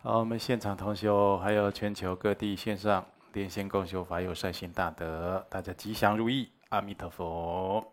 好，我们现场同修，还有全球各地线上连线共修法友善心大德，大家吉祥如意，阿弥陀佛。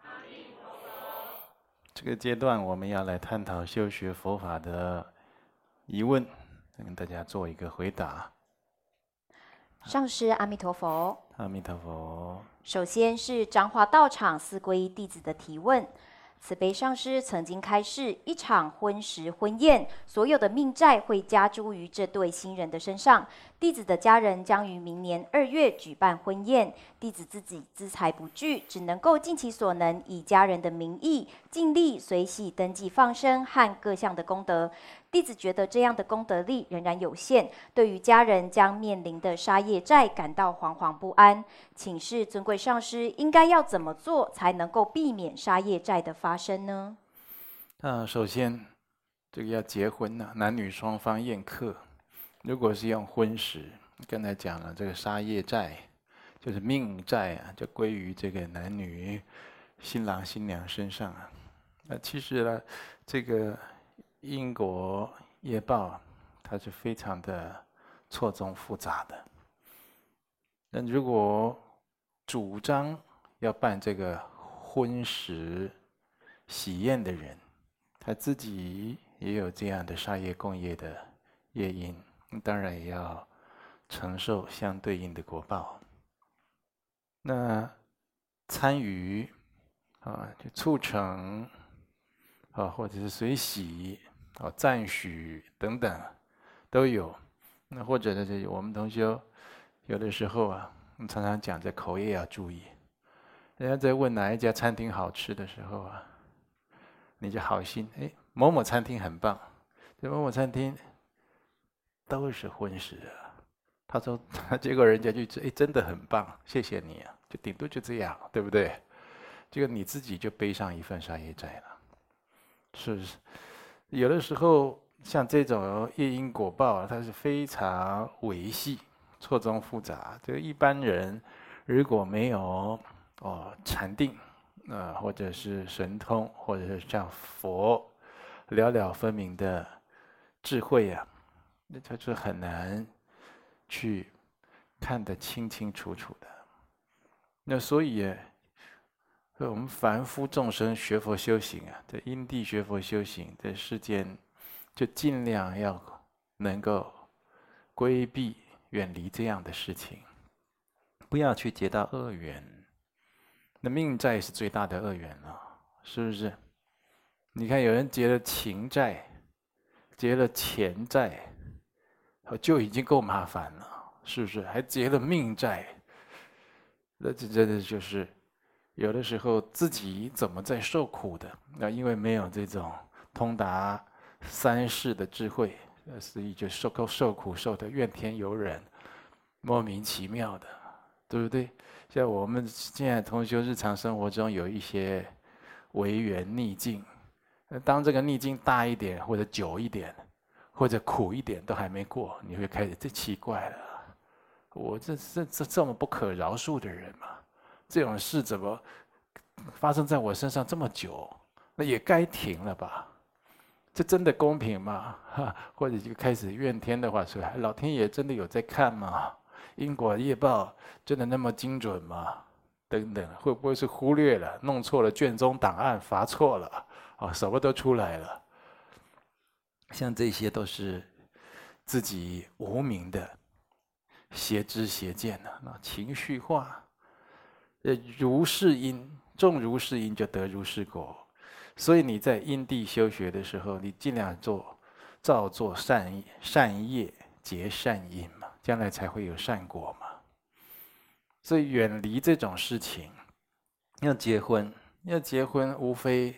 这个阶段我们要来探讨修学佛法的疑问，跟大家做一个回答。 上师阿弥陀佛。 阿弥陀佛。 首先是彰化道场四皈依弟子的提问。慈悲上师曾经开示，一场婚食婚宴，所有的命债会加诸于这对新人的身上。弟子的家人将于明年2月举办婚宴，弟子自己资财不具，只能够尽其所能，以家人的名义，尽力随喜登记放生和各项的功德。弟子觉得这样的功德力仍然有限，对于家人将面临的杀业债感到惶惶不安。请示尊贵上师，应该要怎么做才能够避免杀业债的发生呢？ 首先，这个要结婚呢，男女双方宴客，如果是用婚食，刚才讲了，这个杀业债就是命债啊，就归于这个男女新郎新娘身上啊。其实呢，这个因果业报，它是非常的错综复杂的。那如果主张要办这个婚食喜宴的人，他自己也有这样的杀业共业的业因，当然也要承受相对应的果报。那参与就促成或者是随喜赞许等等都有。那或者呢，我们同修有的时候我们常常讲这口业要注意。人家在问哪一家餐厅好吃的时候你就好心，某某餐厅很棒，这某某餐厅都是荤食啊。他说，结果人家就说，真的很棒，谢谢你啊，就顶多就这样，对不对？这个你自己就背上一份杀业债了，是不是？有的时候像这种业因果报它是非常维系、错综复杂。这个一般人如果没有禅定，或者是神通，或者是像佛了了分明的智慧那它是很难去看得清清楚楚的。那所以我们凡夫众生学佛修行在因地学佛修行，在世间就尽量要能够规避、远离这样的事情，不要去结到恶缘。那命债是最大的恶缘了，是不是？你看有人结了情债，结了钱债，就已经够麻烦了，是不是？还结了命债，那这真的就是有的时候自己怎么在受苦的？那因为没有这种通达三世的智慧，所以就受苦受得怨天尤人，莫名其妙的，对不对？像我们现在同修日常生活中有一些违缘逆境，当这个逆境大一点，或者久一点，或者苦一点，都还没过，你会开始这奇怪了，我这么不可饶恕的人嘛，这种事怎么发生在我身上这么久？那也该停了吧？这真的公平吗？或者就开始怨天的话说，老天爷真的有在看吗？因果业报真的那么精准吗？等等，会不会是忽略了、弄错了卷宗档案、罚错了什么都出来了？像这些都是自己无名的邪知邪见情绪化。如是因，种如是因就得如是果。所以你在因地修学的时候，你尽量造作善业，结善因嘛，将来才会有善果嘛。所以远离这种事情。要结婚无非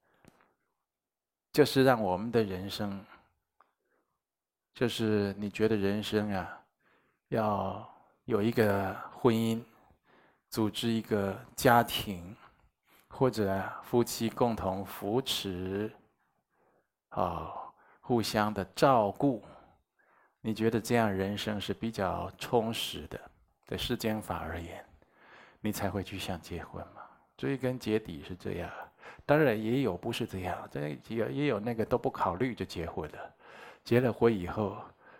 就是让我们的人生，就是你觉得人生要有一个婚姻，组织一个家庭，或者夫妻共同扶持互相的照顾，你觉得这样人生是比较充实的，在世间法而言，你才会去想结婚嘛。追根结底是这样，当然也有不是这样，也有那个都不考虑就结婚了，结了婚以后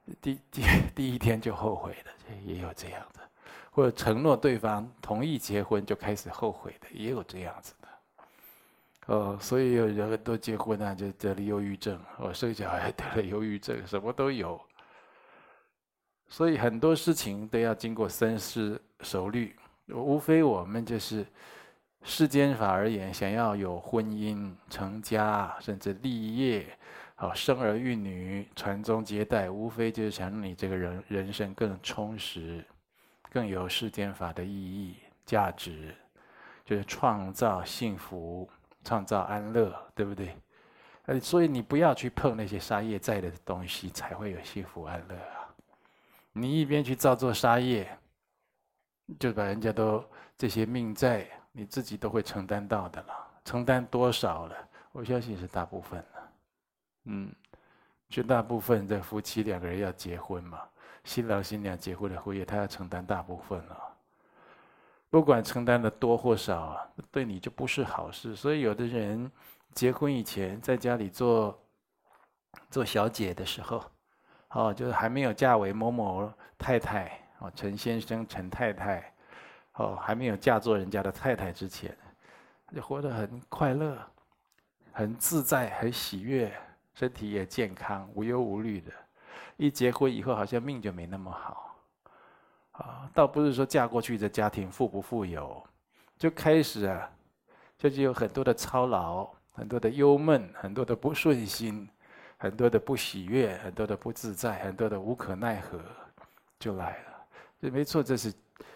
第一天就后悔了，也有这样的，或者承诺对方同意结婚就开始后悔的，也有这样子的。所以有人很多结婚啊，就得了忧郁症，生小孩得了忧郁症，什么都有。所以很多事情都要经过深思熟虑，无非我们就是世间法而言，想要有婚姻、成家，甚至立业，生儿育女、传宗接代，无非就是想让你这个人生更充实，更有世间法的意义、价值，就是创造幸福、创造安乐，对不对？所以你不要去碰那些杀业债的东西，才会有幸福安乐啊！你一边去造作杀业，就把人家都这些命债，你自己都会承担到的了。承担多少了？我相信是大部分了。绝大部分的夫妻两个人要结婚嘛，新郎新娘结婚的婚业，他要承担大部分了。不管承担的多或少，对你就不是好事。所以有的人结婚以前在家里做小姐的时候，就是还没有嫁为某某太太，陈先生、陈太太，还没有嫁做人家的太太之前，就活得很快乐、很自在、很喜悦，身体也健康，无忧无虑的。一结婚以后，好像命就没那么好。倒不是说嫁过去的家庭富不富有，就开始就有很多的操劳，很多的忧闷，很多的不顺心，很多的不喜悦，很多的不自在，很多的无可奈何，就来了。这没错，这是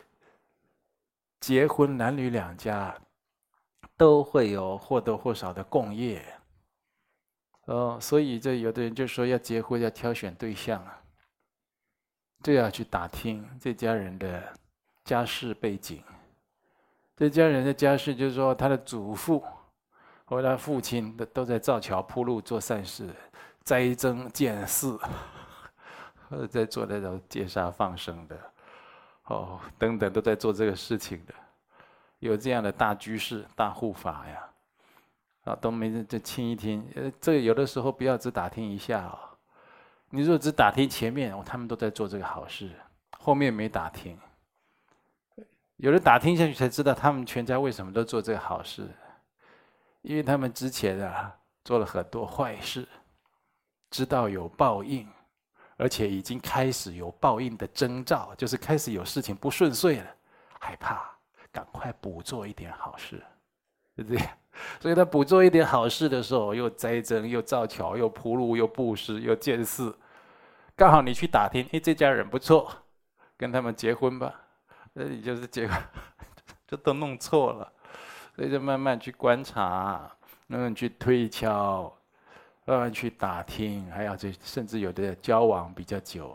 结婚男女两家都会有或多或少的共业。所以这有的人就说要结婚要挑选对象就要去打听这家人的家世背景。这家人的家世就是说他的祖父或他父亲都在造桥铺路做善事，斋僧建寺，或者在做那种戒杀放生的，等等都在做这个事情的，有这样的大居士、大护法呀，都没这听一听。这个有的时候不要只打听一下你如果只打听前面，他们都在做这个好事，后面没打听，有人打听下去才知道他们全家为什么都做这个好事，因为他们之前做了很多坏事，知道有报应，而且已经开始有报应的征兆，就是开始有事情不顺遂了，害怕，赶快补做一点好事，是这样。所以他补做一点好事的时候，又斋僧，又造桥，又铺路，又布施，又建寺。刚好你去打听，这家人不错，跟他们结婚吧。那你就是结果就都弄错了，所以就慢慢去观察，慢慢去推敲，慢慢去打听，还有甚至有的交往比较久。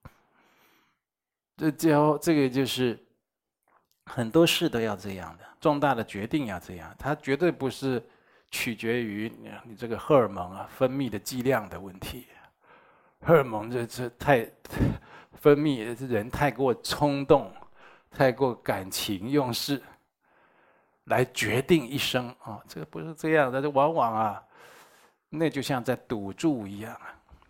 这个就是很多事都要这样的，重大的决定要这样，它绝对不是取决于你这个荷尔蒙分泌的剂量的问题。荷尔蒙这太分泌，人太过冲动，太过感情用事，来决定一生这个不是这样的，这往往那就像在赌注一样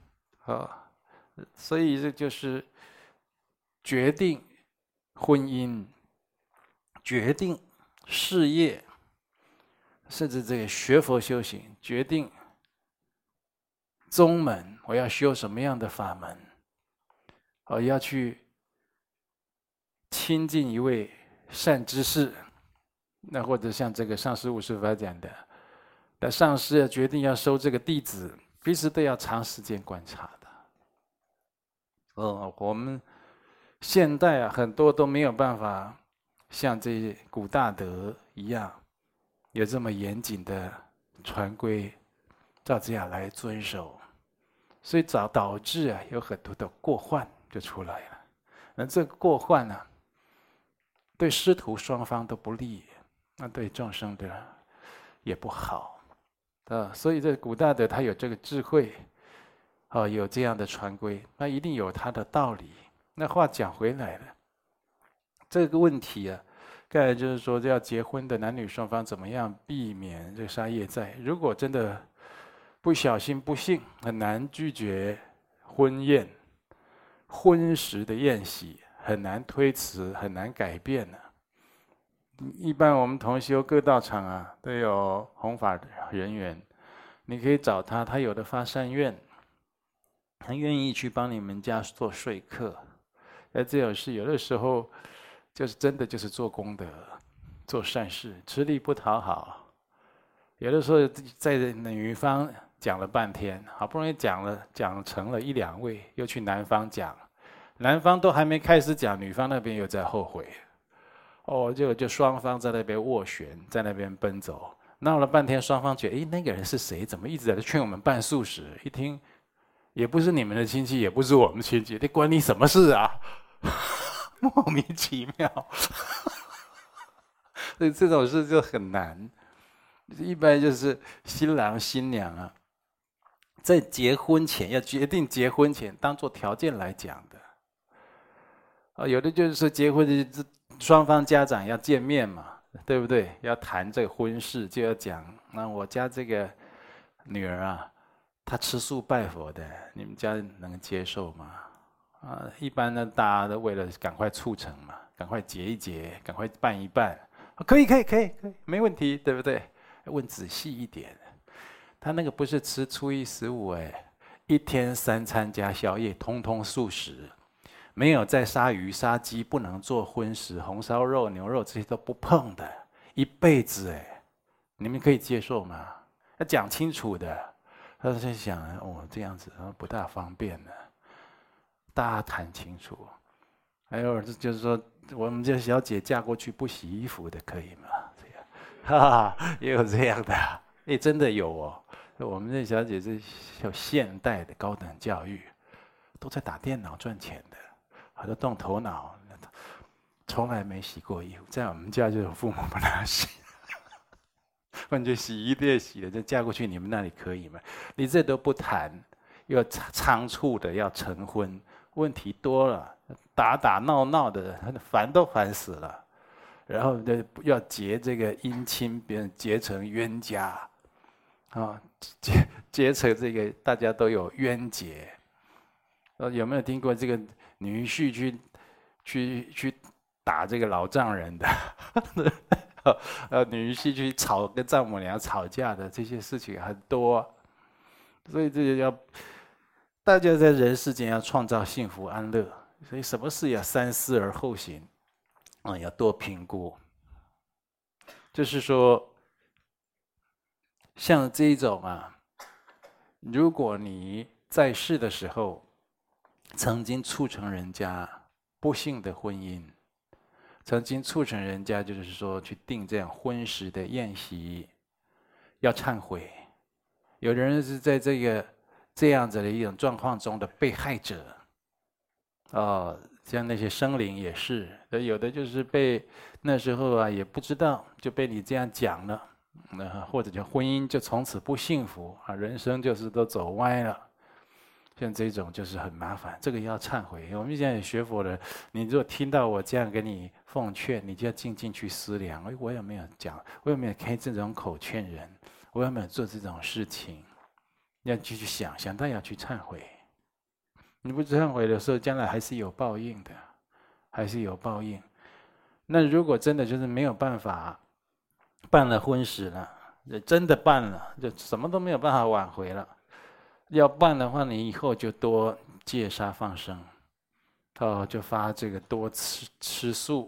所以这就是决定婚姻。决定事业，甚至这个学佛修行，决定宗门，我要修什么样的法门，要去亲近一位善知识，那或者像这个上师五师法讲的，那上师决定要收这个弟子，彼此都要长时间观察的。我们现代很多都没有办法像这些古大德一样，有这么严谨的传规，照这样来遵守，所以导致有很多的过患就出来了。那这个过患对师徒双方都不利，那对众生的也不好所以这古大德他有这个智慧，有这样的传规，那一定有他的道理。那话讲回来了。这个问题刚才就是说，要结婚的男女双方怎么样避免这个杀业债？如果真的不小心不幸很难拒绝婚宴， 婚食的宴席很难推辞，很难改变的。一般我们同修各道场啊，都有弘法人员，你可以找他，他有的发善愿，他愿意去帮你们家做说客。这种事有的时候就是真的就是做功德、做善事，吃力不讨好。有的时候在女方讲了半天，好不容易讲成了一两位，又去男方讲，男方都还没开始讲，女方那边又在后悔。就双方在那边斡旋，在那边奔走，闹了半天，双方觉得，那个人是谁？怎么一直在劝我们办素食？一听，也不是你们的亲戚，也不是我们亲戚，那关你什么事啊？莫名其妙。所以这种事就很难。一般就是新郎新娘啊，在结婚前要决定结婚前当做条件来讲的。有的就是说结婚的双方家长要见面嘛，对不对？要谈这个婚事，就要讲，那我家这个女儿啊，她吃素拜佛的，你们家能接受吗？一般呢，大家都为了赶快促成嘛，赶快结一结，赶快办一办，可以，没问题，对不对？问仔细一点，他那个不是吃初一十五一天3餐加宵夜，通通素食。没有再杀鱼杀鸡，不能做荤食，红烧肉、牛肉这些都不碰的，一辈子你们可以接受吗？要讲清楚的。他在想，这样子不大方便呢，大家谈清楚。还有就是说，我们这小姐嫁过去不洗衣服的，可以吗？这样，也有这样的，真的有我们这小姐是有现代的高等教育，都在打电脑赚钱的。都动头脑，从来没洗过衣服，在我们家就有父母不让洗，或者洗衣店洗的，就嫁过去你们那里可以吗？你这都不谈，又仓促的要成婚，问题多了，打闹闹的，烦都烦死了。然后要结这个姻亲，别人结成冤家，结成这个大家都有冤结。有没有听过这个女婿去打这个老丈人的？女婿去跟丈母娘吵架的，这些事情很多。所以这个大家在人世间要创造幸福安乐，所以什么事要三思而后行，要多评估。就是说，像这种如果你在世的时候曾经促成人家不幸的婚姻，曾经促成人家就是说去订这样婚食的宴席，要忏悔。有的人是在这样子的一种状况中的被害者，像那些生灵也是，有的就是被那时候也不知道就被你这样讲了，或者叫婚姻就从此不幸福人生就是都走歪了。像这种就是很麻烦，这个要忏悔。我们现在学佛的，你如果听到我这样给你奉劝，你就要静静去思量：我有没有讲？我有没有开这种口劝人？我有没有做这种事情？要去想到要去忏悔。你不忏悔的时候，将来还是有报应的，还是有报应。那如果真的就是没有办法办了婚事了，真的办了，就什么都没有办法挽回了。要办的话，你以后就多戒杀放生，就发这个多吃素，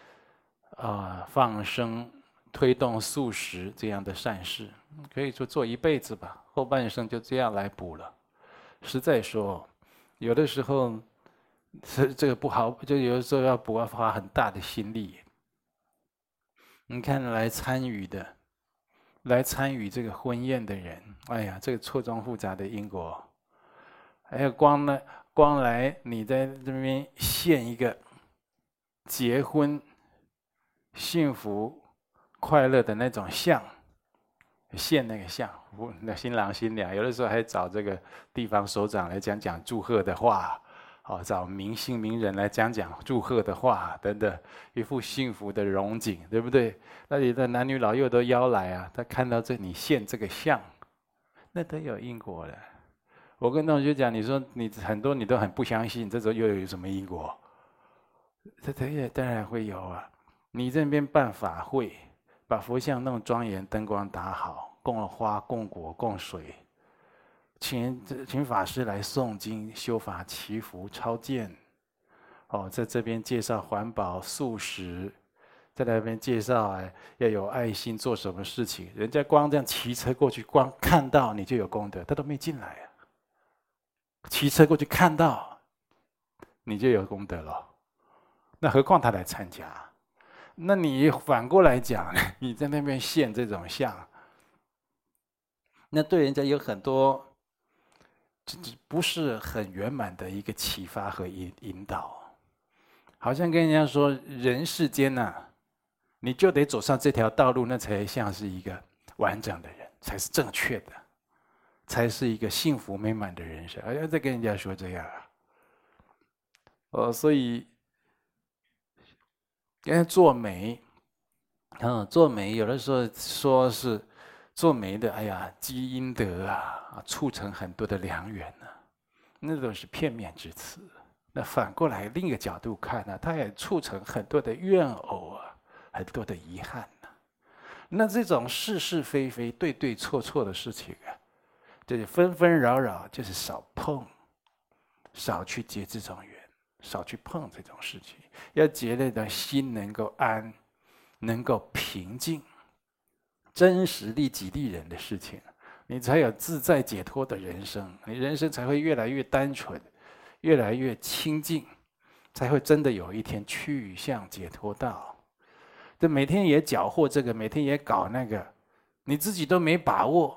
放生，推动素食这样的善事，可以说做一辈子吧，后半生就这样来补了。实在说，有的时候这个不好，就有的时候要补，要花很大的心力。你看来参与这个婚宴的人，哎呀，这个错综复杂的因果，还有光来你在这边献一个结婚幸福快乐的那种像，献那个像，那新郎新娘有的时候还找这个地方首长来讲祝贺的话，找明星名人来讲祝贺的话等等，一副幸福的荣景，对不对？那里的男女老幼都邀来他看到你献这个像，那都有因果的。 我跟同学讲，你说你很多你都很不相信，这时候又有什么因果？这也当然会有啊。你这边办法会，把佛像弄庄严，灯光打好，供了花、供果、供水，请法师来诵经、修法、祈福、超荐。哦，在这边介绍环保、素食，在那边介绍要有爱心，做什么事情，人家光这样骑车过去，光看到你就有功德，他都没进来啊。骑车过去看到，你就有功德了。那何况他来参加？那你反过来讲，你在那边现这种相，那对人家有很多不是很圆满的一个启发和引导。好像跟人家说，人世间呐，你就得走上这条道路，那才像是一个完整的人，才是正确的，才是一个幸福美满的人生。要再跟人家说这样啊，所以。因为做媒，做媒有的时候说是做媒的，哎呀，积阴德啊，促成很多的良缘呢，那都是片面之词。那反过来另一个角度看呢，它也促成很多的怨偶啊，很多的遗憾呢。那这种是是非非、对对错错的事情啊，就是纷纷扰扰，就是少碰，少去结这种缘。少去碰这种事情，要结了的心能够安，能够平静，真实利己利人的事情，你才有自在解脱的人生，你人生才会越来越单纯，越来越清净，才会真的有一天去向解脱道。这每天也搅和这个，每天也搞那个，你自己都没把握，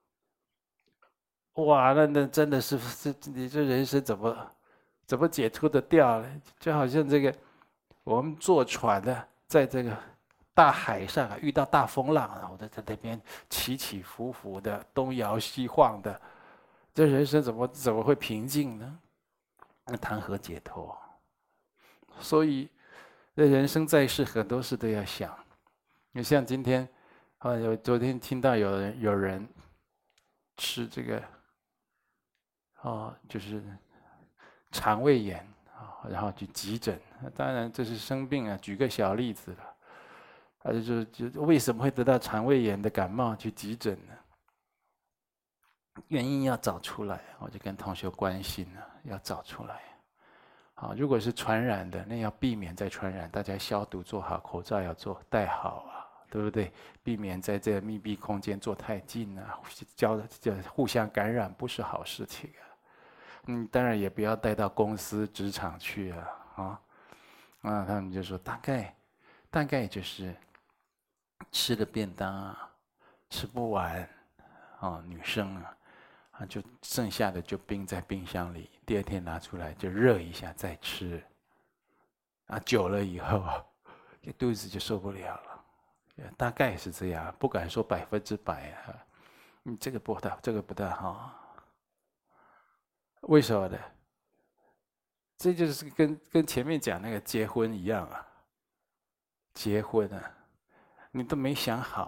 哇，那真的是你这人生怎么解脱得掉呢？就好像这个，我们坐船的，在这个大海上遇到大风浪，然后在那边起起伏伏的，东摇西晃的，这人生怎么会平静呢？那谈何解脱？所以，这人生在世，很多事都要想。你像今天，昨天听到有人吃这个，就是肠胃炎啊，然后去急诊。当然这是生病啊，举个小例子了。就为什么会得到肠胃炎的感冒去急诊呢？原因要找出来，我就跟同学关心了，要找出来。好，如果是传染的，那要避免再传染，大家消毒做好，口罩要戴好啊，对不对？避免在这密闭空间坐太近啊，互相感染不是好事情啊。当然也不要带到公司职场去啊，他们就说大概就是吃的便当啊，吃不完女生就剩下的就冰在冰箱里，第二天拿出来就热一下再吃，久了以后肚子就受不了了，大概是这样，不敢说100%啊，这个不大好。为什么呢？这就是跟前面讲那个结婚一样啊。结婚你都没想好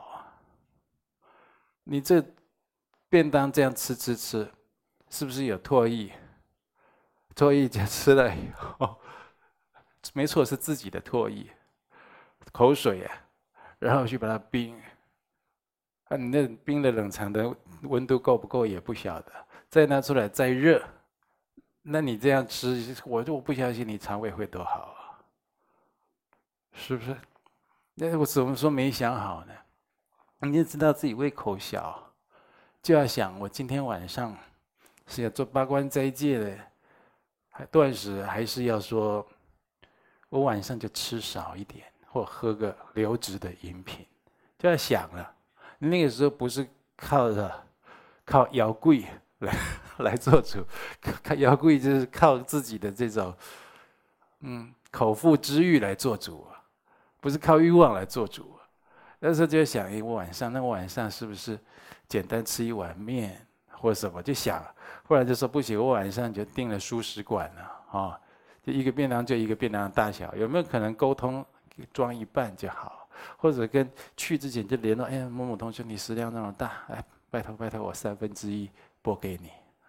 你这便当这样吃，是不是有唾液？唾液就吃了以后，没错，是自己的唾液、口水然后去把它冰。你那冰的冷藏的温度够不够也不晓得，再拿出来再热。那你这样吃，我不相信你肠胃会多好是不是？那我怎么说没想好呢？你就知道自己胃口小，就要想我今天晚上是要做八关斋戒的，断食还是要说，我晚上就吃少一点，或喝个流质的饮品，就要想了。那个时候不是靠摇柜来做主，靠摇柜就是靠自己的这种口腹之欲来做主不是靠欲望来做主那时候就想，我晚上是不是简单吃一碗面或什么？就想，后来就说不行，我晚上就订了蔬食馆了就一个便当就一个便当的大小，有没有可能沟通装一半就好？或者去之前就联络，某某同学你食量那么大，拜托我1/3拨给你，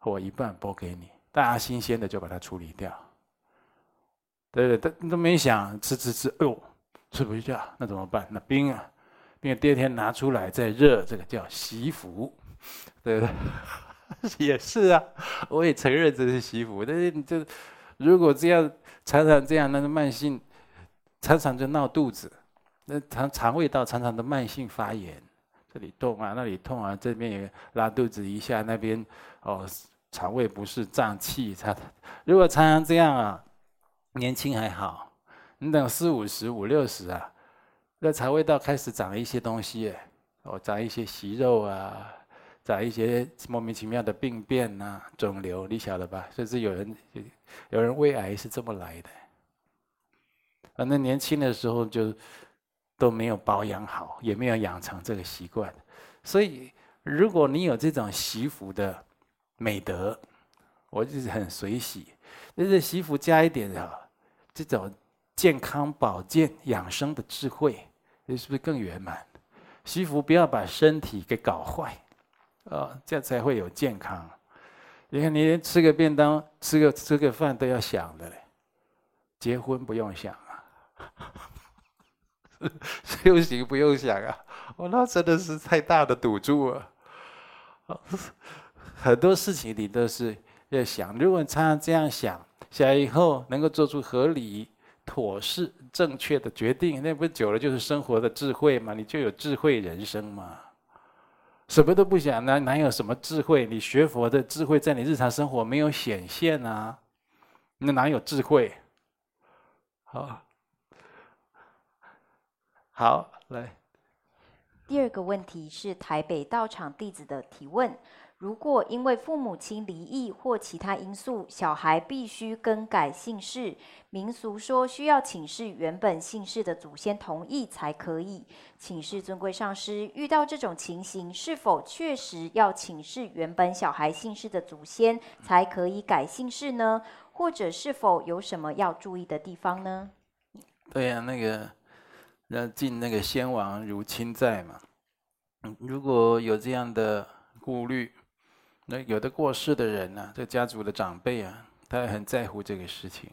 我一半拨给你，大家新鲜的就把它处理掉。对对，都没想吃，哎呦，吃不下，那怎么办？那冰啊，冰第二天拿出来再热，这个叫习福，对不对？也是啊，我也承认这是习福，但是你这如果这样常常这样，那个慢性常常就闹肚子，那肠胃道常常的慢性发炎，这里痛啊，那里痛啊，这边也拉肚子一下，那边肠胃不适胀气，如果常常这样啊，年轻还好，你等40、50、50、60啊，那肠胃道开始长一些东西，长一些息肉啊。长一些莫名其妙的病变呐、肿瘤，你晓得吧？甚至有人胃癌是这么来的。反正年轻的时候就都没有保养好，也没有养成这个习惯。所以，如果你有这种习福的美德，我就是很随喜。就是习福加一点这种健康保健养生的智慧，你是不是更圆满？习福不要把身体给搞坏。这样才会有健康。你看，你连吃个便当、吃个饭都要想的嘞，结婚不用想啊，修行不用想啊，那真的是太大的赌注了。很多事情你都是要想，如果你常常这样想以后能够做出合理、妥适、正确的决定，那不久了就是生活的智慧嘛，你就有智慧人生嘛。什么都不想，哪有什么智慧？你学佛的智慧在你日常生活没有显现啊，那哪有智慧？好，来。 第二个问题是台北道场弟子的提问：如果因为父母亲离异或其他因素，小孩必须更改姓氏，民俗说需要请示原本姓氏的祖先同意才可以。请示尊贵上师，遇到这种情形，是否确实要请示原本小孩姓氏的祖先才可以改姓氏呢？或者是否有什么要注意的地方呢？ 对呀，那个要敬那个先王如亲在嘛。如果有这样的顾虑，那有的过世的人呢，这家族的长辈啊，他也很在乎这个事情。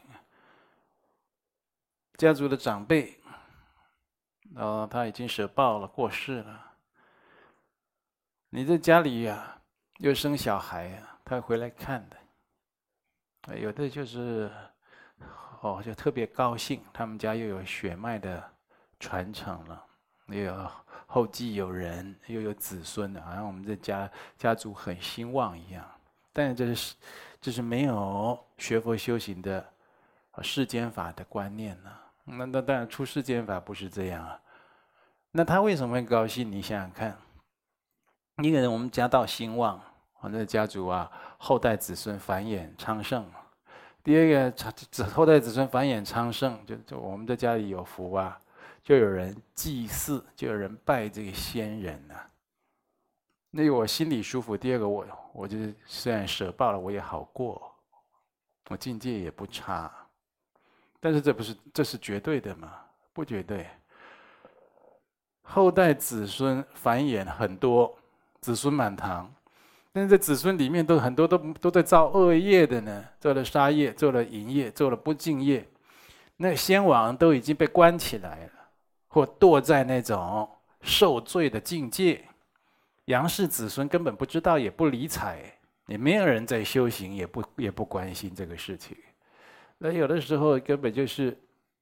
家族的长辈，他已经舍报了，过世了。你在家里呀，又生小孩呀，他回来看的。有的就是就特别高兴，他们家又有血脉的传承了，又有后继有人，又有子孙的，好像我们这家族很兴旺一样。但是这是没有学佛修行的世间法的观念呢。那当然出世间法不是这样啊。那他为什么会高兴？你想想看，一个人我们家道兴旺，我们的家族啊，后代子孙繁衍昌盛。第二个，后代子孙繁衍昌盛，就我们在家里有福啊，就有人祭祀，就有人拜这个先人啊。那我心里舒服。第二个，我就是虽然舍报了，我也好过，我境界也不差。但是这是绝对的吗？不绝对。后代子孙繁衍很多，子孙满堂。但是在子孙里面，很多都在造恶业的呢，做了杀业，做了淫业，做了不敬业。那先王都已经被关起来了，或堕在那种受罪的境界。杨氏子孙根本不知道，也不理睬，也没有人在修行，也不关心这个事情。那有的时候根本就是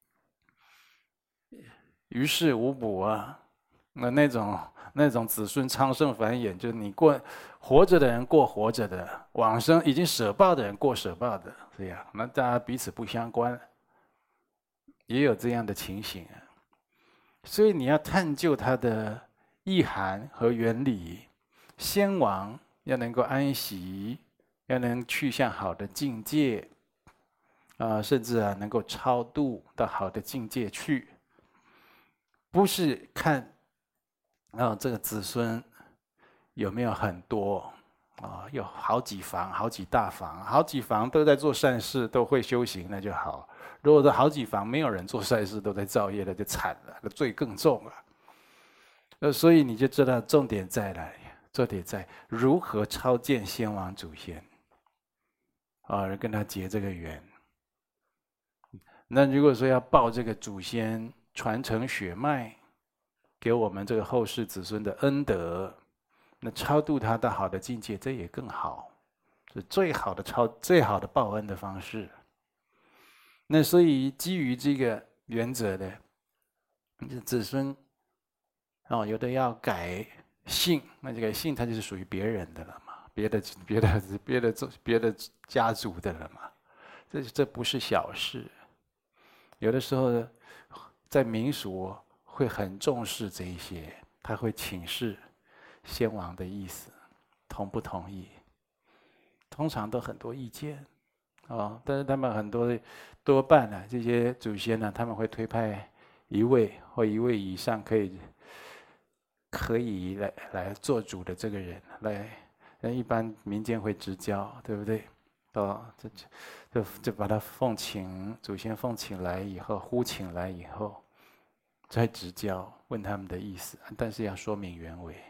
于事无补啊。那种子孙昌盛繁衍，就是你活着的人过活着的，往生已经舍报的人过舍报的，这样，那大家彼此不相关，也有这样的情形啊。所以你要探究它的意涵和原理，先王要能够安息，要能去向好的境界，甚至能够超度到好的境界去，不是看这个子孙有没有很多有好几房、好几大房、好几房都在做善事，都会修行，那就好。如果这好几房没有人做善事，都在造业，那就惨了，那罪更重了。所以你就知道重点在哪里？重点在如何超见先王祖先。 啊，跟他结这个缘。那如果说要报这个祖先传承血脉，给我们这个后世子孙的恩德，那超度他到好的境界，这也更好，是最好的报恩的方式。那所以基于这个原则呢，子孙有的要改姓，那这个姓它就是属于别人的了嘛，别的家族的了嘛，这不是小事。有的时候在民俗会很重视这一些，他会请示先王的意思，同不同意？通常都很多意见，但是他们很多半呢，这些祖先呢，他们会推派一位或一位以上可以来做主的这个人来，一般民间会直交，对不对？就把他祖先奉请来以后，呼请来以后，再直交问他们的意思，但是要说明原委。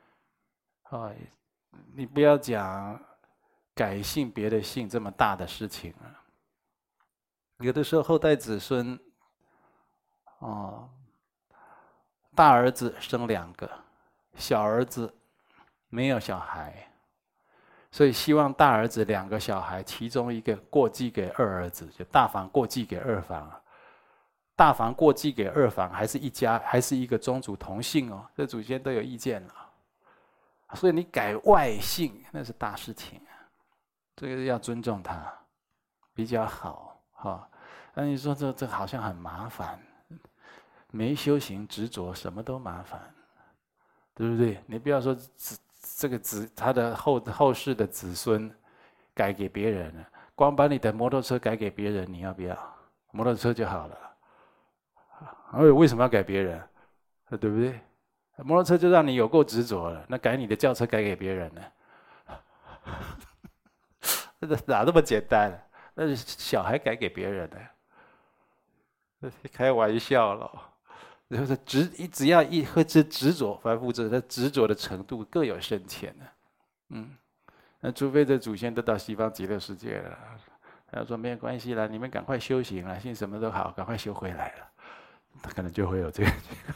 你不要讲改姓别的姓这么大的事情啊。有的时候后代子孙，大儿子生2个，小儿子没有小孩。所以希望大儿子2个小孩，其中一个过继给二儿子，就大房过继给二房。大房过继给二房，还是一家，还是一个宗族同姓哦。这祖先都有意见了，所以你改外姓那是大事情，这个要尊重他，比较好哈。那你说这好像很麻烦，没修行执着，什么都麻烦，对不对？你不要说他的后世的子孙改给别人了，光把你的摩托车改给别人，你要不要？摩托车就好了。为什么要改别人？对不对？摩托车就让你有够执着了，那改你的轿车改给别人呢？哪那么简单？那是小孩改给别人的，开玩笑了。然后只要执着，凡夫者他执着的程度各有深浅的。那除非这祖先都到西方极乐世界了，他说没有关系了，你们赶快修行了，信什么都好，赶快修回来了，他可能就会有这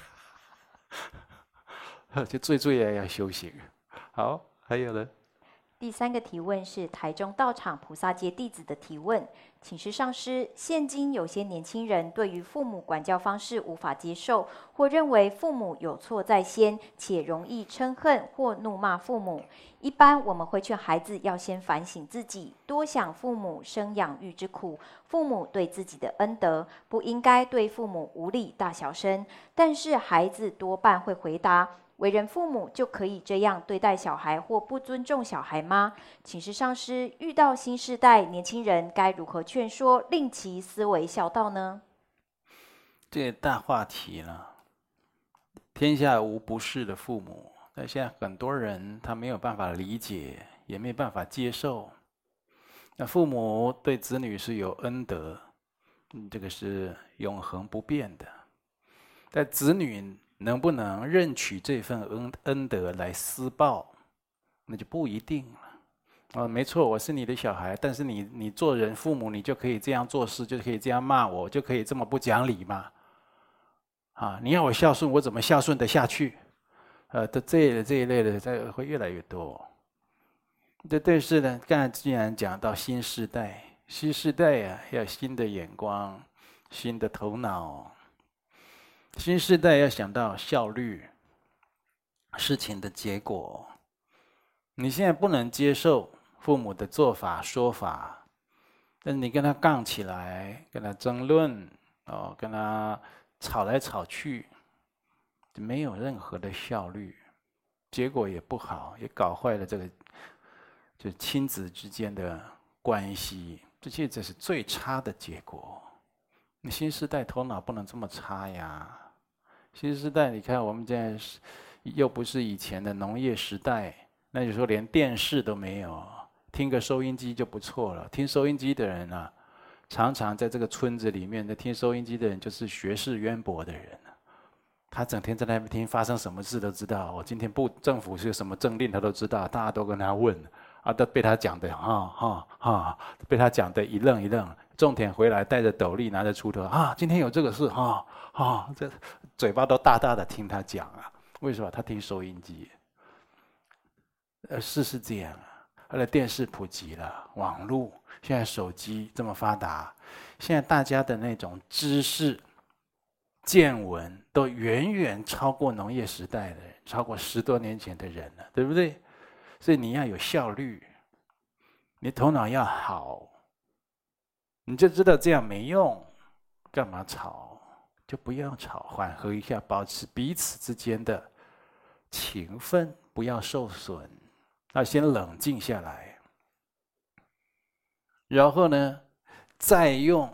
个，就最要修行。好，还有呢？ 第3个提问是台中道场菩萨街弟子的提问，请示上师：现今有些年轻人对于父母管教方式无法接受，或认为父母有错在先，且容易嗔恨或怒骂父母。一般我们会劝孩子要先反省自己，多想父母生养育之苦，父母对自己的恩德，不应该对父母无理大小声。但是孩子多半会回答：为人父母就可以这样对待小孩或不尊重小孩吗？请示上师，遇到新世代年轻人该如何劝说，令其思维孝道呢？ 这大话题了，天下无不是的父母，但现在很多人他没有办法理解，也没有办法接受。那父母对子女是有恩德，这个是永恒不变的，但子女能不能认取这份恩德来施报，那就不一定了。没错，我是你的小孩，但是你做人父母，你就可以这样做事，就可以这样骂我，就可以这么不讲理吗？你要我孝顺，我怎么孝顺得下去？这一类的会越来越多。但是呢，刚才既然讲到新世代，新世代要新的眼光，新的头脑。新世代要想到效率，事情的结果。你现在不能接受父母的做法说法，但是你跟他杠起来，跟他争论，跟他吵来吵去，没有任何的效率，结果也不好，也搞坏了这个就亲子之间的关系，这是最差的结果。你新时代头脑不能这么差呀！新时代，你看我们现在又不是以前的农业时代，那你说连电视都没有，听个收音机就不错了。听收音机的人啊，常常在这个村子里面的听收音机的人，就是学识渊博的人。他整天在那边听，发生什么事都知道。今天政府是什么政令，他都知道，大家都跟他问。 啊，都被他讲的被他讲的一愣一愣。种田回来带着斗笠拿着锄头啊，今天有这个事这嘴巴都大大的听他讲啊。为什么？他听收音机。事是这样啊。后来电视普及了，网络，现在手机这么发达，现在大家的那种知识、见闻都远远超过农业时代的人，超过10多年前的人了，对不对？所以你要有效率，你头脑要好，你就知道这样没用，干嘛吵？就不要吵，缓和一下，保持彼此之间的情分不要受损。要先冷静下来，然后呢，再用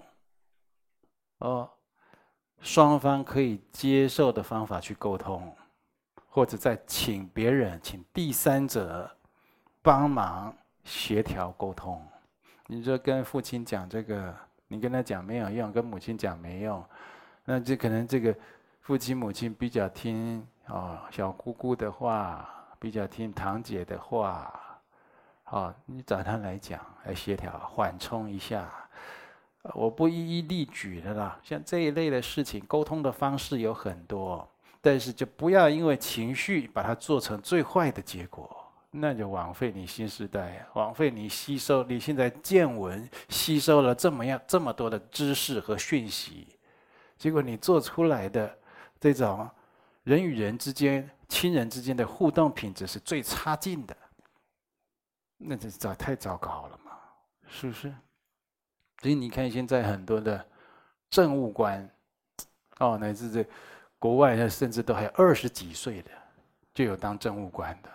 双方可以接受的方法去沟通，或者再请别人，请第三者帮忙协调沟通。你说跟父亲讲这个，你跟他讲没有用，跟母亲讲没用，那这可能这个父亲母亲比较听小姑姑的话，比较听堂姐的话，你找他来讲，来协调，缓冲一下。我不一一例举的啦，像这一类的事情，沟通的方式有很多，但是就不要因为情绪把它做成最坏的结果，那就枉费你新时代，枉费你吸收，你现在见闻吸收了这么多的知识和讯息，结果你做出来的这种人与人之间、亲人之间的互动品质是最差劲的，那就太糟糕了嘛，是不是？所以你看现在很多的政务官，乃至这国外甚至都还20几岁的就有当政务官的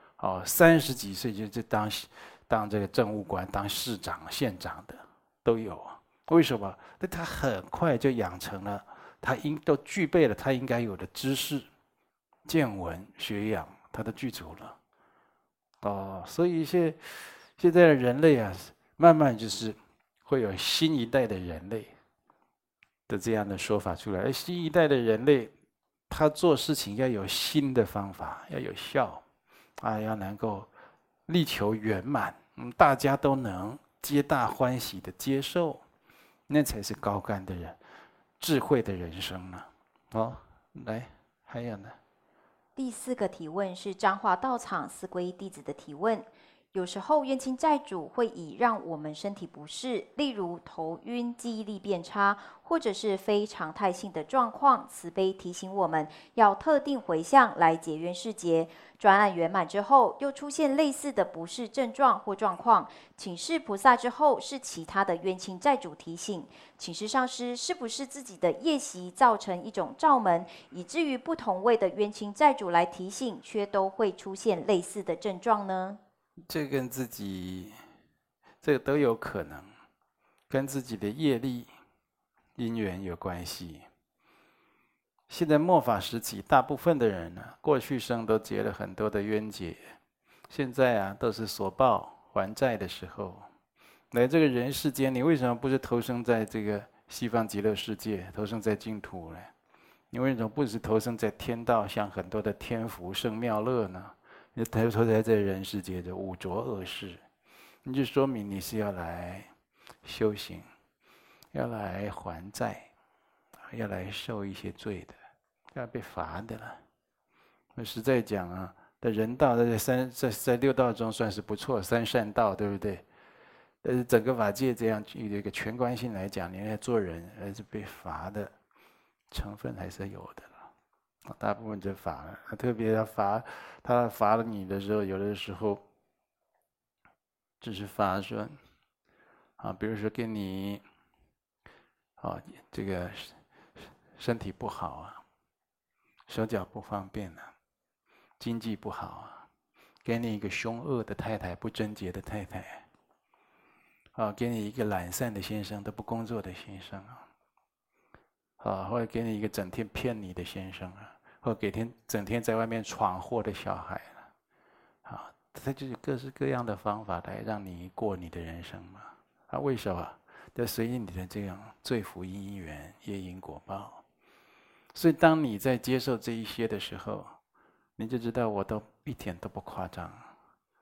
，30几岁就当这个政务官、当市长、县长的都有。为什么？那他很快就养成了，都具备了他应该有的知识、见闻、学养，他都具足了。所以现在的人类啊，慢慢就是会有新一代的人类的这样的说法出来。而新一代的人类，他做事情要有新的方法，要有效，要能够力求圆满，大家都能皆大欢喜的接受，那才是高干的人，智慧的人生呢。来，还有呢？ 第4个提问是彰化道场四皈依弟子的提问。有时候冤亲债主会以让我们身体不适，例如头晕、记忆力变差，或者是非常态性的状况，慈悲提醒我们要特定回向来结冤释结。专案圆满之后，又出现类似的不适症状或状况，请示菩萨之后，是其他的冤亲债主提醒，请示上师是不是自己的业习造成一种罩门，以至于不同位的冤亲债主来提醒，却都会出现类似的症状呢？ 这跟自己，这个都有可能，跟自己的业力、因缘有关系。现在末法时期，大部分的人呢，过去生都结了很多的冤结，现在都是所报还债的时候。来这个人世间，你为什么不是投生在这个西方极乐世界，投生在净土呢？你为什么不是投生在天道，像很多的天福圣妙乐呢？你投在这人世间的五浊恶世，你就说明你是要来修行，要来还债，要来受一些罪的，要被罚的了。那实在讲在人道在六道中算是不错，三善道，对不对？但是整个法界这样有一个全观性来讲，你来做人还是被罚的成分还是有的了。大部分就罚了，特别他罚了你的时候，有的时候只是罚说比如说跟你这个身体不好手脚不方便经济不好给你一个凶恶的太太，不贞洁的太太给你一个懒散的先生，都不工作的先生或者给你一个整天骗你的先生或者整天在外面闯祸的小孩他就是各式各样的方法来让你过你的人生嘛为什么？就随应你的这样罪福因缘业因果报。所以当你在接受这一些的时候，你就知道我都一点都不夸张。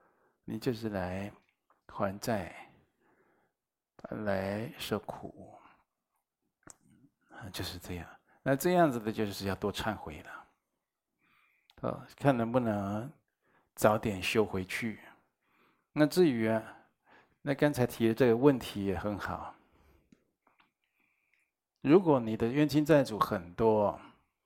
你就是来还债，来受苦，就是这样。那这样子的，就是要多忏悔了，看能不能早点修回去。那至于那刚才提的这个问题也很好。如果你的冤亲债主很多，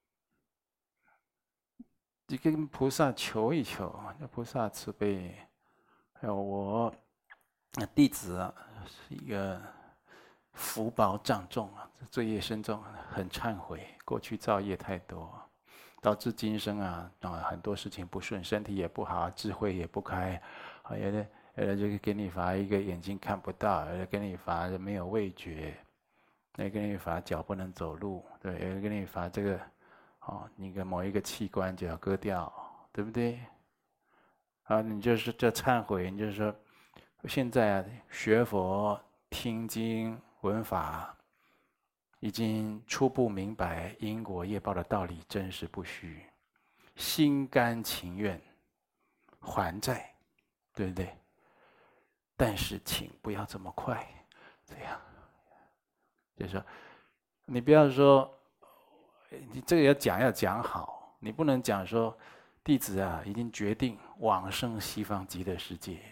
你跟菩萨求一求，叫菩萨慈悲。还有我弟子是一个福报障重罪业深重，很忏悔，过去造业太多，导致今生很多事情不顺，身体也不好，智慧也不开，有的就给你罚一个眼睛看不到，有的给你罚没有味觉，有的给你罚脚不能走路，对，有的给你罚这个你的某一个器官就要割掉，对不对？你就是这忏悔，你就是说，现在学佛、听经、闻法，已经初步明白因果业报的道理，真实不虚，心甘情愿还债，对不对？但是请不要这么快，这样，就是说，你不要说，你这个要讲好，你不能讲说，弟子已经决定往生西方极乐世界，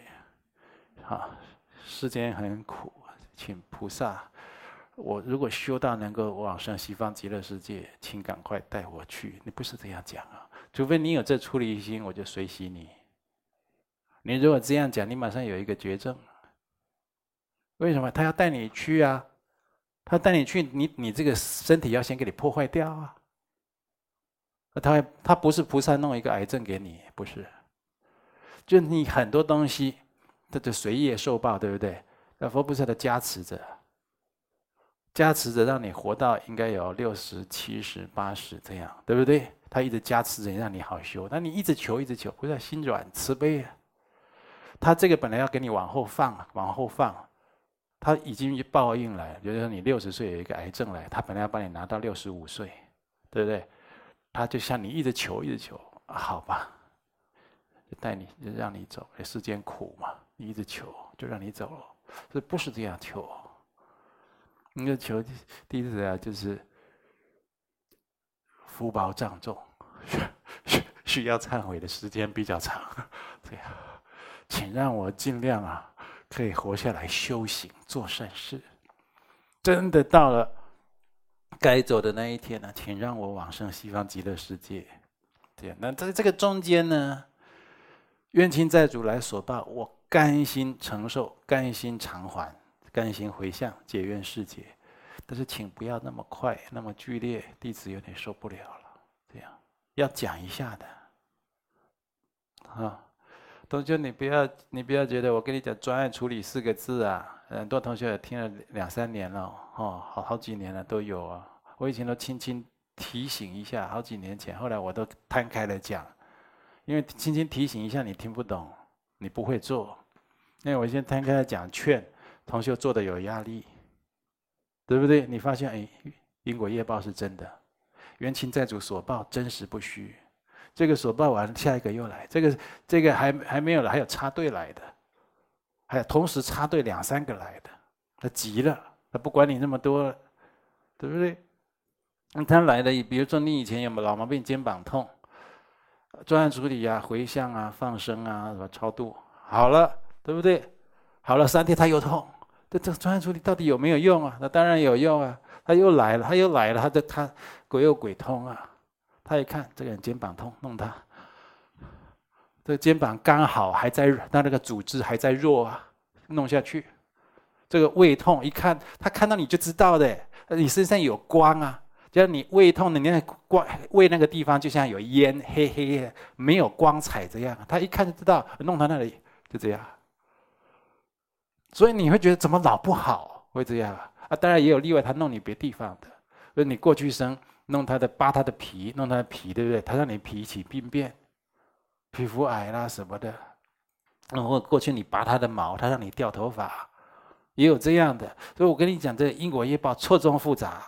世间很苦，请菩萨，我如果修到能够往生西方极乐世界，请赶快带我去。你不是这样讲除非你有这出离心，我就随喜你。你如果这样讲，你马上有一个绝症。为什么？他要带你去啊，他带你去，你这个身体要先给你破坏掉啊。他不是菩萨弄一个癌症给你，不是，就你很多东西，这就随业受报，对不对？那佛菩萨的加持着，让你活到应该有60、70、80这样，对不对？他一直加持着让你好修，那你一直求，菩萨心软慈悲他这个本来要给你往后放，他已经报应来了，比如说你60岁有一个癌症来，他本来要把你拿到65岁，对不对？他就像你一直求，好吧，就带你，就让你走。世间苦嘛，你一直求，就让你走了。这不是这样求，那个求弟子就是福报障重，需要忏悔的时间比较长。这样，请让我尽量可以活下来修行做善事，真的到了该走的那一天请让我往生西方极乐世界。这样，那在这个中间呢，冤亲债主来索报，我甘心承受，甘心偿还，甘心回向解冤释结。但是请不要那么快，那么剧烈，弟子有点受不了了。这样要讲一下的同学，你不要觉得我跟你讲专案处理4个字很多同学也听了2、3年了好几年了都有我以前都轻轻提醒一下，好几年前，后来我都摊开了讲，因为轻轻提醒一下你听不懂，你不会做，因为我先摊开了讲，劝同学做的有压力，对不对？你发现因果业报是真的，冤亲债主所报真实不虚。这个所报完，下一个又来，这个还没有来，还有插队来的，还有同时插队2、3个来的，他急了，他不管你那么多，对不对？他来的，比如说你以前有老毛病，肩膀痛，专案处理回向放生什么超度，好了，对不对？好了3天他又痛，这专案处理到底有没有用那当然有用他又来了，他鬼有鬼通他一看这个人肩膀痛，弄他，这个肩膀刚好还在，那个组织还在弱弄下去。这个胃痛一看，他看到你就知道的，你身上有光就像你胃痛的，你那光胃那个地方就像有烟，黑黑的，没有光彩这样。他一看就知道，弄他那里就这样。所以你会觉得怎么老不好，会这样当然也有例外，他弄你别地方的，所以你过去生。扒他的皮，弄他的皮，对不对？他让你皮起病变，皮肤癌啦什么的。或过去你拔他的毛，他让你掉头发，也有这样的。所以我跟你讲，这个因果业报错综复杂，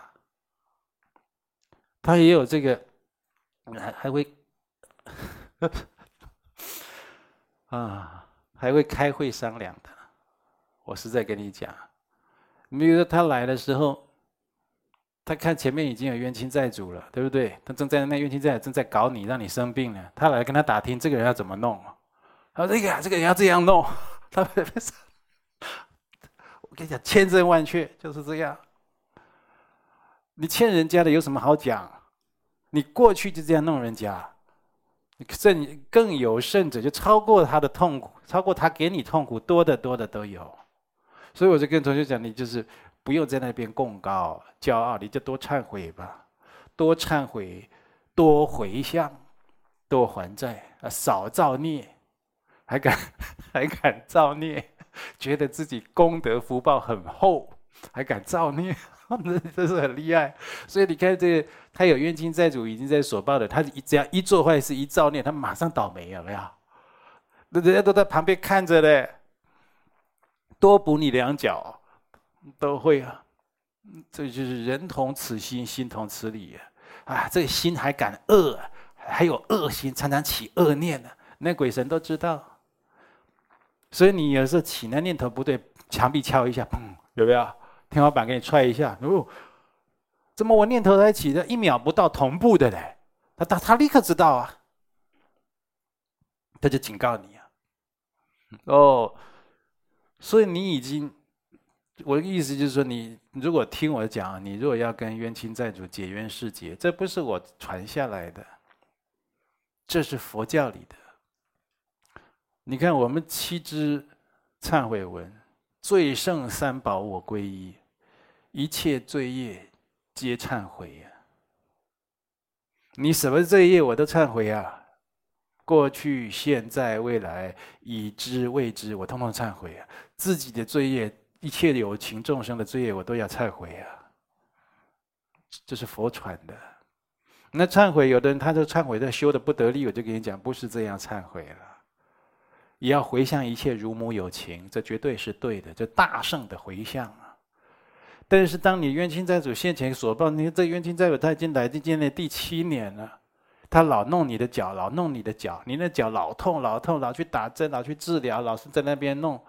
他也有这个，还会还会开会商量的。我实在跟你讲，比如说他来的时候，他看前面已经有冤亲债主了，对不对？他正在那冤亲债主正在搞你，让你生病了，他来跟他打听这个人要怎么弄。他说：“这个人要这样弄。”他我跟你讲，千真万确就是这样。你欠人家的有什么好讲？你过去就这样弄人家，更有甚者，就超过他的痛苦，超过他给你痛苦多的都有。所以我就跟同学讲，你就是不用在那边贡高骄傲，你就多忏悔吧，多忏悔，多回向，多还债啊，少造孽，还敢造孽，觉得自己功德福报很厚，还敢造孽，这是很厉害。所以你看这个，他有冤亲债主已经在所报的，他只要一做坏事一造孽，他马上倒霉，有没有？人家都在旁边看着嘞。多补你2脚，都会啊。这就是人同此心，心同此理啊！这个心还敢恶，还有恶心，常常起恶念呢。那鬼神都知道，所以你有时候起那念头不对，墙壁敲一下，砰，有没有？天花板给你踹一下，哦，怎么我念头才起的1秒不到同步的嘞？他立刻知道啊，他就警告你啊，哦。所以你已经，我的意思就是说，你如果听我讲，你如果要跟冤亲债主结冤释结，这不是我传下来的，这是佛教里的。你看我们7支忏悔文，罪胜3宝我皈依，一切罪业皆忏悔呀。你什么罪业我都忏悔啊，过去、现在、未来，已知未知，我通通忏悔啊。自己的罪业，一切有情众生的罪业，我都要忏悔啊。这是佛传的。那忏悔，有的人他就忏悔，他修的不得力，我就跟你讲，不是这样忏悔了。也要回向一切如母有情，这绝对是对的，这大圣的回向啊。但是当你冤亲债主现前所报，你这冤亲债主他已经来进今年第7年了。他老弄你的脚，老弄你的脚，你的脚老痛，老去打针，老去治疗，老是在那边弄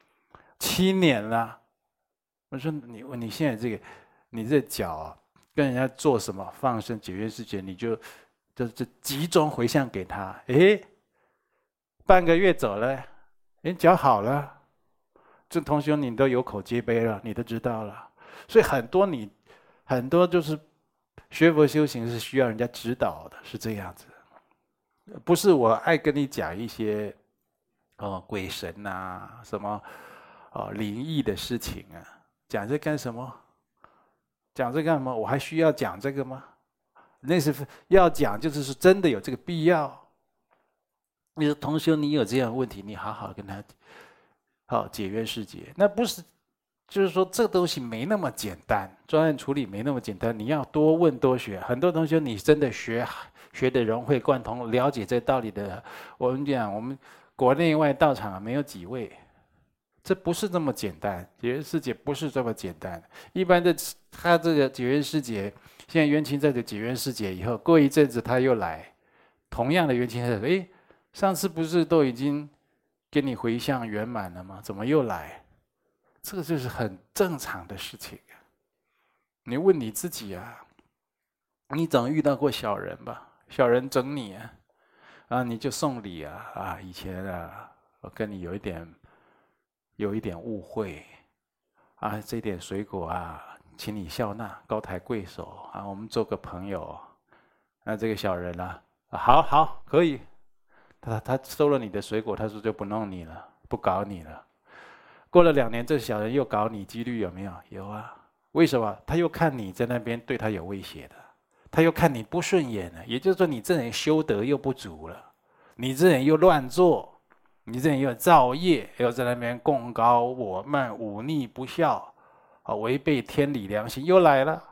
，7年了。我说你现在这个，你这脚跟人家做什么放生解冤释结，你就集中回向给他，半个月走了，脚好了，这同学你都有口皆碑了，你都知道了。所以很多就是学佛修行是需要人家指导的，是这样子。不是我爱跟你讲一些鬼神啊，什么灵异的事情啊，讲这干什么？讲这干什么？我还需要讲这个吗？那是要讲，就是真的有这个必要。你说同修，你有这样的问题，你好好跟他解冤释结，那不是。就是说，这个东西没那么简单，专案处理没那么简单。你要多问多学。很多同学，你真的学的融会贯通，了解这道理的，我们讲，我们国内外道场没有几位。这不是这么简单，解冤释结不是这么简单。一般的，他这个解冤释结，现在冤亲债主解冤释结以后，过一阵子他又来，同样的冤亲债主，上次不是都已经给你回向圆满了吗？怎么又来？这个就是很正常的事情。你问你自己啊，你总遇到过小人吧？小人整你啊，你就送礼啊，以前啊，我跟你有一点误会啊，这点水果啊，请你笑纳，高抬贵手啊，我们做个朋友。那这个小人啊，好可以，他收了你的水果，他说就不弄你了，不搞你了。过了2年，这小人又搞你，几率有没有？有啊。为什么？他又看你在那边对他有威胁的，他又看你不顺眼了。也就是说，你这人修德又不足了，你这人又乱做，你这人又造业，又在那边贡高我慢、忤逆不孝，违背天理良心，又来了。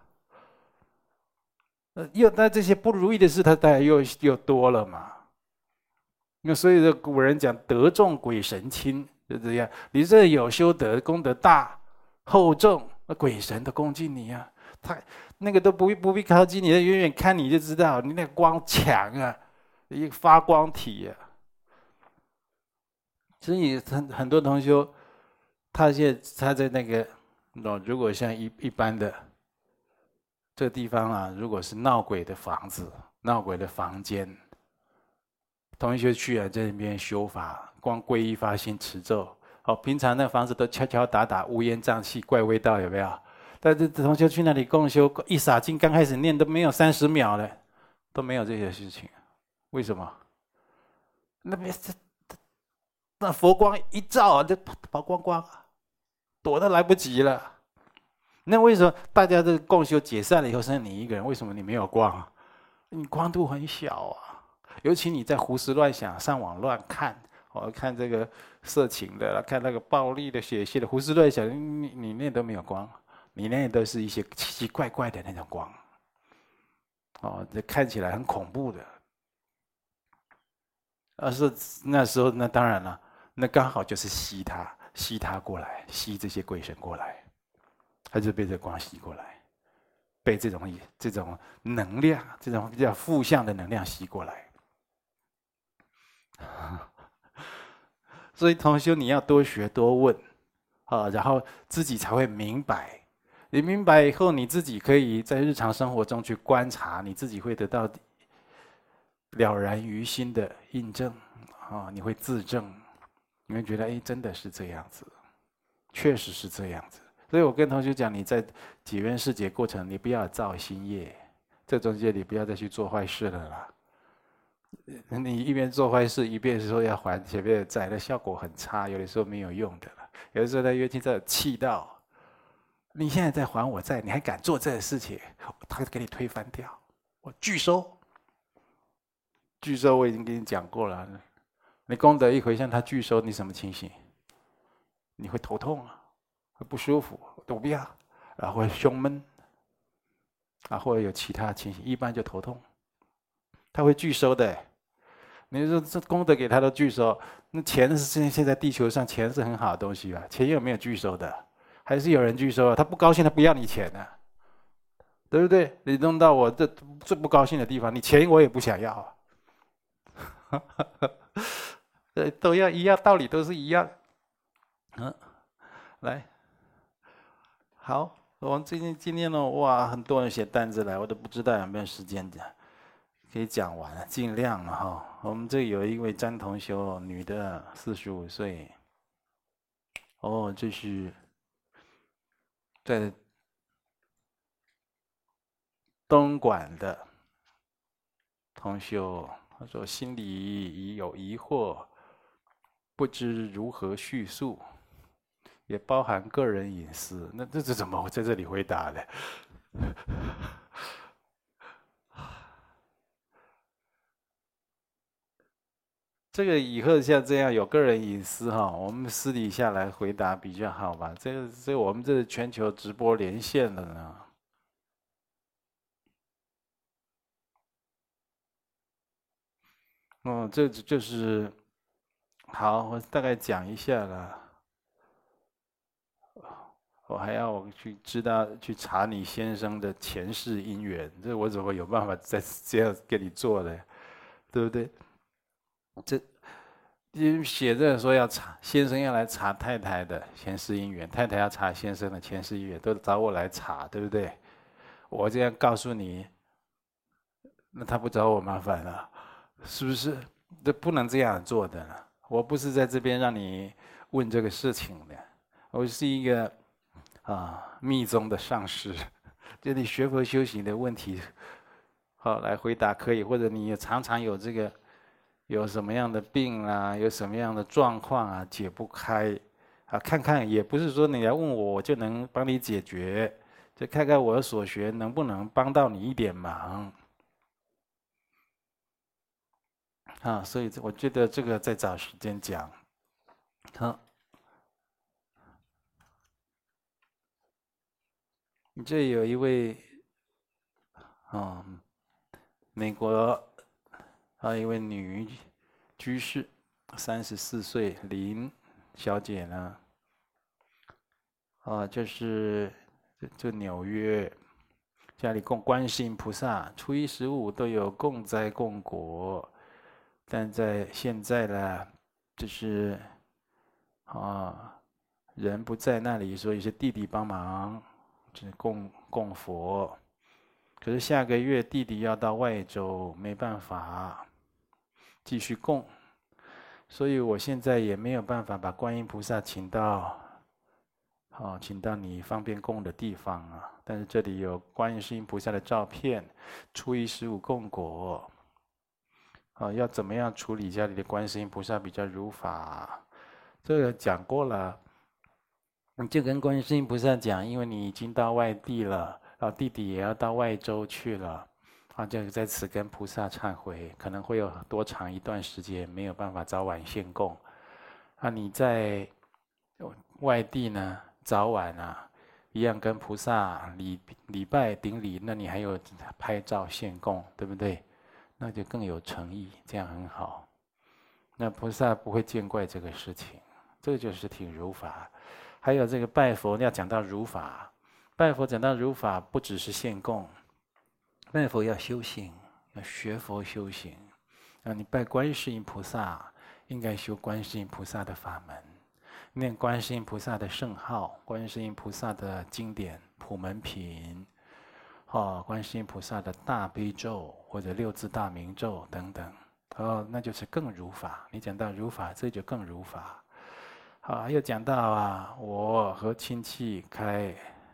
那这些不如意的事，他当然又多了嘛。那所以古人讲德重鬼神轻。就这样，你这有修德，功德大厚重，那鬼神都恭敬你啊！他那个都不必靠近你，远远看你就知道，你那个光强啊，一个发光体啊。 所以很多同修，他在那个，如果像一般的这个地方啊，如果是闹鬼的房子、闹鬼的房间，同修去啊，在那边修法，光皈依发心持咒，平常那房子都敲敲打打、乌烟瘴气、怪味道，有没有？但是同修去那里共修，一洒经刚开始念都没有30秒了，都没有这些事情，为什么？那佛光一照啊，就跑光光，躲都来不及了。那为什么大家的共修解散了以后，剩下你一个人？为什么你没有光？你光度很小啊，尤其你在胡思乱想、上网乱看，看这个色情的，看那个暴力的、血腥的，胡思乱想，你那都没有光，你那都是一些奇奇怪怪的那种光，这看起来很恐怖的。是那时候，那当然了，那刚好就是吸他过来，吸这些鬼神过来，他就被这光吸过来，被这种能量，这种比较负向的能量吸过来。所以同修你要多学多问，然后自己才会明白。你明白以后，你自己可以在日常生活中去观察，你自己会得到了然于心的印证，你会自证，你会觉得哎，真的是这样子，确实是这样子。所以我跟同学讲，你在解冤释结过程，你不要造新业，这中间你不要再去做坏事了啦。你一边做坏事，一边说要还前面的债，那效果很差，有的时候没有用的了。有的时候他冤亲债主气到，你现在在还我债，你还敢做这个事情，他给你推翻掉，我拒收。拒收我已经跟你讲过了，你功德一回向，他拒收，你什么情形？你会头痛啊，会不舒服，都不要，然后会胸闷，或者有其他情形，一般就头痛，他会拒收的。你说这功德给他都拒收，那钱是现在地球上钱是很好的东西吧？钱有没有拒收的？还是有人拒收啊？他不高兴，他不要你钱啊，对不对？你弄到我这最不高兴的地方，你钱我也不想要啊。都要一样，道理都是一样。来，好，我们今天呢，哇，很多人写单子来，我都不知道有没有时间讲，可以讲完了，尽量了哈。我们这有一位詹同修，女的，45岁，这是在东莞的同修。他说心里已有疑惑，不知如何叙述，也包含个人隐私。那这怎么在这里回答呢？这个以后像这样有个人隐私我们私底下来回答比较好吧？这我们这全球直播连线了呢。这就是好，我大概讲一下了。我还要去去查你先生的前世姻缘，这我怎么有办法再这样给你做的，对不对？这因为写着说要查先生要来查太太的前世姻缘，太太要查先生的前世姻缘，都找我来查，对不对？我这样告诉你，那他不找我麻烦了，是不是？这不能这样做的了。我不是在这边让你问这个事情的，我是一个密宗的上师，就你学佛修行的问题，来回答可以，或者你常常有这个有什么样的病啊，有什么样的状况啊，解不开看看，也不是说你来问我，我就能帮你解决，就看看我所学能不能帮到你一点忙。所以我觉得这个再找时间讲。好，这有一位美国一位女居士，34岁，林小姐呢，就是就纽约，家里供观世音菩萨，初一十五都有供斋供果，但在现在呢，就是人不在那里，所以是弟弟帮忙，供佛。可是下个月弟弟要到外州，没办法继续供，所以我现在也没有办法把观音菩萨请到你方便供的地方啊。但是这里有观音世音菩萨的照片，初一十五供果。要怎么样处理家里的观世音菩萨比较如法？这个讲过了，你就跟观世音菩萨讲，因为你已经到外地了，然后弟弟也要到外州去了，就在此跟菩萨忏悔，可能会有多长一段时间没有办法早晚献供。你在外地呢，早晚一样跟菩萨礼拜顶礼，那你还有拍照献供，对不对？那就更有诚意，这样很好。那菩萨不会见怪这个事情，这个就是挺如法。还有这个拜佛要讲到如法，拜佛讲到如法，不只是献供，拜佛要修行，要学佛修行。你拜观世音菩萨，应该修观世音菩萨的法门，念观世音菩萨的圣号，观世音菩萨的经典普门品，观世音菩萨的大悲咒或者六字大明咒等等，那就是更如法。你讲到如法，这就更如法。又讲到我和亲戚开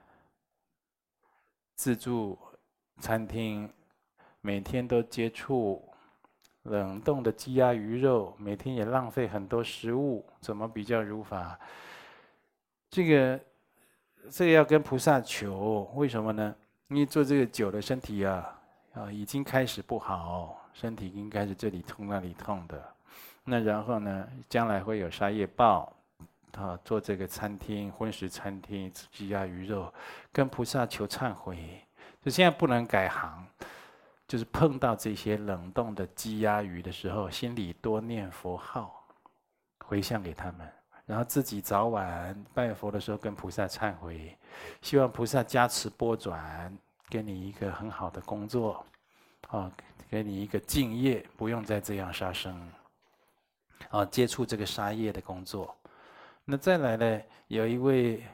自助餐厅，每天都接触冷冻的鸡鸭鱼肉，每天也浪费很多食物，怎么比较如法？这个要跟菩萨求，为什么呢？因为做这个久了，身体已经开始不好，身体应该是这里痛那里痛的。那然后呢，将来会有杀业报。做这个餐厅，荤食餐厅，鸡鸭鱼肉，跟菩萨求忏悔。就现在不能改行，就是碰到这些冷冻的鸡鸭鱼的时候，心里多念佛号，回向给他们，然后自己早晚拜佛的时候跟菩萨忏悔，希望菩萨加持拨转，给你一个很好的工作，给你一个敬业，不用再这样杀生，接触这个杀业的工作。那再来呢，有一位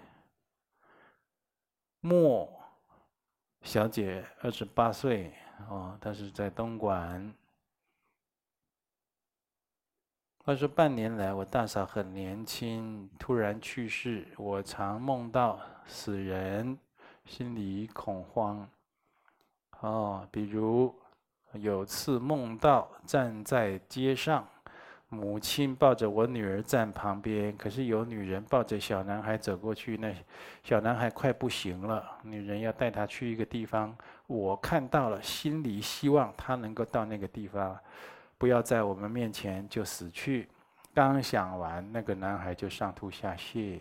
莫小姐，28岁，她是在东莞。她说半年来，我大嫂很年轻，突然去世，我常梦到死人，心里恐慌。比如有次梦到站在街上。母亲抱着我女儿站旁边，可是有女人抱着小男孩走过去，那小男孩快不行了，女人要带他去一个地方，我看到了，心里希望他能够到那个地方，不要在我们面前就死去。刚想完，那个男孩就上吐下泻。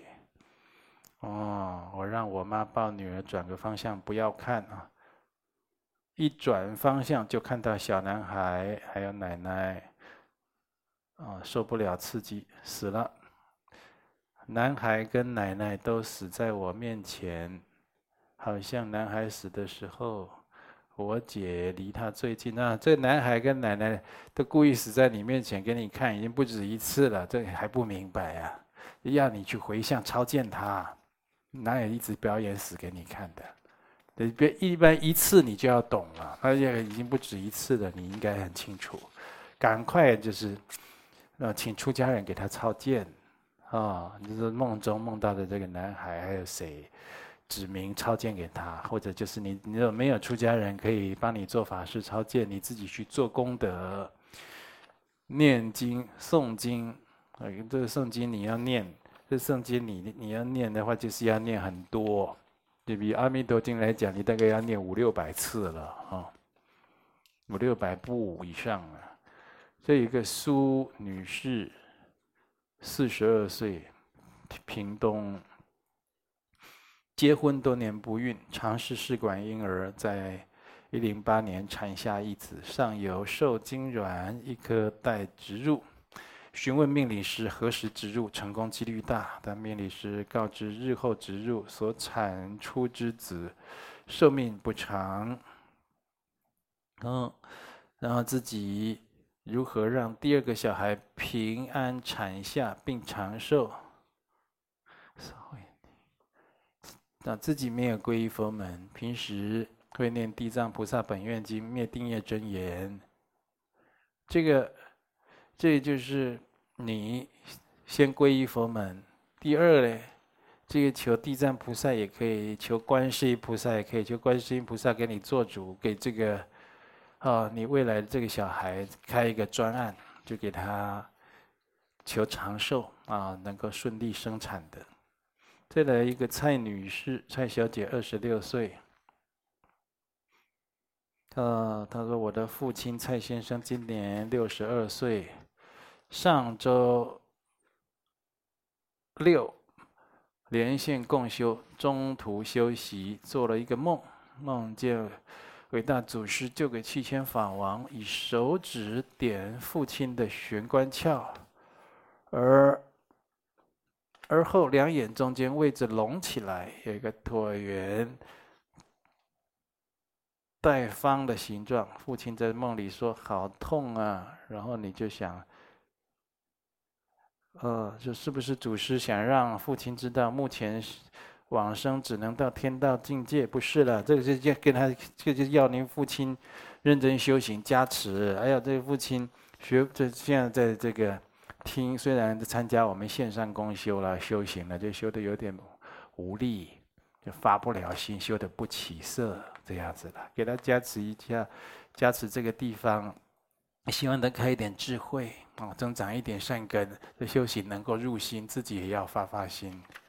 我让我妈抱女儿转个方向，不要看一转方向就看到小男孩还有奶奶。受不了刺激，死了。男孩跟奶奶都死在我面前，好像男孩死的时候，我姐离他最近。这男孩跟奶奶都故意死在你面前给你看，已经不止一次了，这还不明白呀？要你去回向超荐他，哪有一直表演死给你看的？一般一次你就要懂了，而且已经不止一次了，你应该很清楚。赶快就是请出家人给他超荐就是梦中梦到的这个男孩还有谁，指明超荐给他，或者就是你如果没有出家人可以帮你做法事超荐，你自己去做功德，念经诵经。这个诵经你要念，这诵经你要念的话，就是要念很多。对比《阿弥陀经》来讲，你大概要念500-600次了500-600部以上了。这一个苏女士，42岁，屏东，结婚多年不孕，尝试试管婴儿，在108年产下一子，上有受精卵1颗待植入。询问命理师何时植入成功几率大，但命理师告知日后植入所产出之子寿命不长。然后自己如何让第2个小孩平安产下并长寿？ 自己没有皈依佛门，平时会念地藏菩萨本愿经、灭定业真言，这就是你先皈依佛门。第二呢，这个求地藏菩萨也可以，求观世音菩萨也可以，求观世音菩萨给你做主，给这个你未来的这个小孩开一个专案，就给他求长寿能够顺利生产的。再来一个蔡女士，蔡小姐26岁。她说我的父亲蔡先生今年62岁，上周六连线共修，中途休息，做了一个梦，梦见伟大祖师救给七千法王，以手指点父亲的玄关窍，而后两眼中间位置隆起来，有一个椭圆带方的形状。父亲在梦里说：“好痛啊！”然后你就想，就是不是祖师想让父亲知道，目前往生只能到天道境界？不是了，这个是跟他，这就要您父亲认真修行加持。哎呀，这个父亲现在在这个听，虽然参加我们线上共修了，修行了，就修得有点无力，就发不了心，修得不起色，这样子了。给他加持一下，加持这个地方，希望能开一点智慧增长一点善根，这修行能够入心，自己也要发心。